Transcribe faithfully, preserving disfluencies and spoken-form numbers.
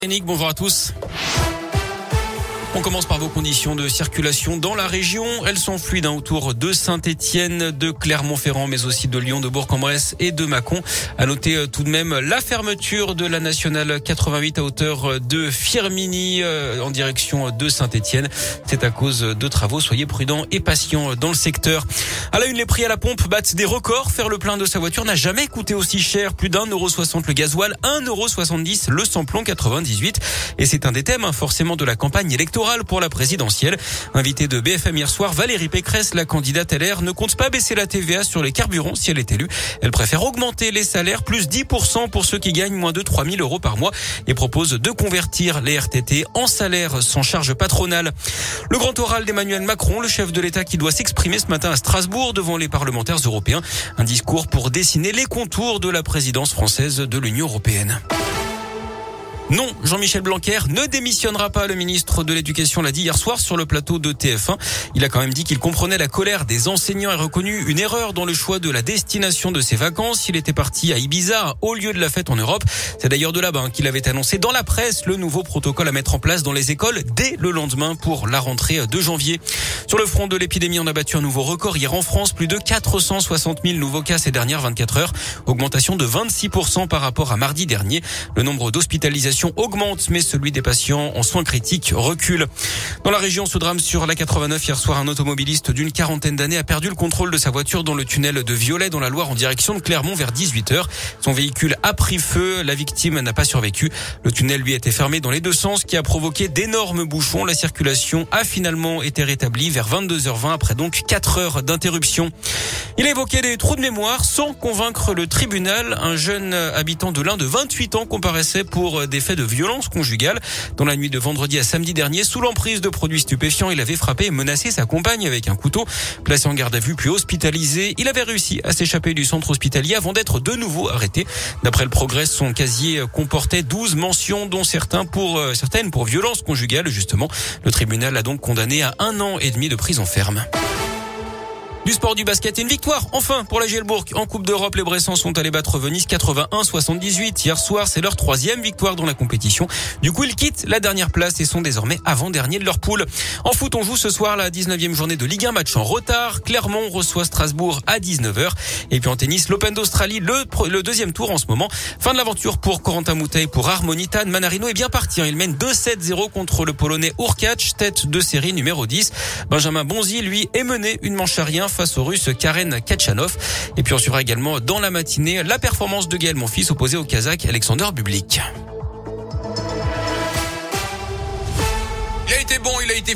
Yannick, bonjour à tous. On commence par vos conditions de circulation dans la région. Elles sont fluides hein, autour de Saint-Étienne, de Clermont-Ferrand, mais aussi de Lyon, de Bourg-en-Bresse et de Mâcon. À noter euh, tout de même la fermeture de la nationale quatre-vingt-huit à hauteur de Firminy euh, en direction de Saint-Étienne. C'est à cause de travaux. Soyez prudents et patients dans le secteur. À la une, les prix à la pompe battent des records. Faire le plein de sa voiture n'a jamais coûté aussi cher. Plus d'un euro soixante le gasoil, un euro soixante-dix le samplon quatre-vingt-dix-huit. Et c'est un des thèmes hein, forcément de la campagne électorale pour la présidentielle. Invitée de B F M hier soir, Valérie Pécresse, la candidate L R, ne compte pas baisser la T V A sur les carburants si elle est élue. Elle préfère augmenter les salaires, plus dix pour cent pour ceux qui gagnent moins de trois mille euros par mois et propose de convertir les R T T en salaires sans charge patronale. Le grand oral d'Emmanuel Macron, le chef de l'État qui doit s'exprimer ce matin à Strasbourg devant les parlementaires européens. Un discours pour dessiner les contours de la présidence française de l'Union européenne. Non, Jean-Michel Blanquer ne démissionnera pas. Le ministre de l'Éducation l'a dit hier soir sur le plateau de T F un. Il a quand même dit qu'il comprenait la colère des enseignants et reconnu une erreur dans le choix de la destination de ses vacances. Il était parti à Ibiza, au lieu de la fête en Europe. C'est d'ailleurs de là-bas qu'il avait annoncé dans la presse le nouveau protocole à mettre en place dans les écoles dès le lendemain pour la rentrée de janvier. Sur le front de l'épidémie, on a battu un nouveau record hier en France. Plus de quatre cent soixante mille nouveaux cas ces dernières vingt-quatre heures. Augmentation de vingt-six pour cent par rapport à mardi dernier. Le nombre d'hospitalisations augmente, mais celui des patients en soins critiques recule. Dans la région, ce drame sur la quatre-vingt-neuf hier soir, un automobiliste d'une quarantaine d'années a perdu le contrôle de sa voiture dans le tunnel de Viollet dans la Loire en direction de Clermont vers dix-huit heures. Son véhicule a pris feu, la victime n'a pas survécu. Le tunnel lui a été fermé dans les deux sens, ce qui a provoqué d'énormes bouchons. La circulation a finalement été rétablie vers vingt-deux heures vingt après donc quatre heures d'interruption. Il a évoqué des trous de mémoire sans convaincre le tribunal. Un jeune habitant de l'Ain de vingt-huit ans comparaissait pour des faits de violence conjugale. Dans la nuit de vendredi à samedi dernier, sous l'emprise de produits stupéfiants, il avait frappé et menacé sa compagne avec un couteau. Placé en garde à vue puis hospitalisé, il avait réussi à s'échapper du centre hospitalier avant d'être de nouveau arrêté. D'après le Progrès, son casier comportait douze mentions, dont certains pour, euh, certaines pour violence conjugale, justement. Le tribunal l'a donc condamné à un an et demi de prison ferme. Du sport, du basket et une victoire, enfin, pour la Gielbourg. En Coupe d'Europe, les Bressans sont allés battre Venise quatre-vingt-un à soixante-dix-huit. Hier soir, c'est leur troisième victoire dans la compétition. Du coup, ils quittent la dernière place et sont désormais avant-derniers de leur poule. En foot, on joue ce soir la dix-neuvième journée de Ligue un, match en retard. Clermont reçoit Strasbourg à dix-neuf heures. Et puis en tennis, l'Open d'Australie, le, le deuxième tour en ce moment. Fin de l'aventure pour Corentin Moutet et pour Arnaud Tan. Manarino est bien parti. Il mène deux sept zéro contre le Polonais Urkacz, tête de série numéro dix. Benjamin Bonzi, lui, est mené une manche à rien face au Russe Karen Kachanov. Et puis on suivra également dans la matinée la performance de Gaël Monfils opposé au Kazakh Alexander Bublik. Il a été bon, il a été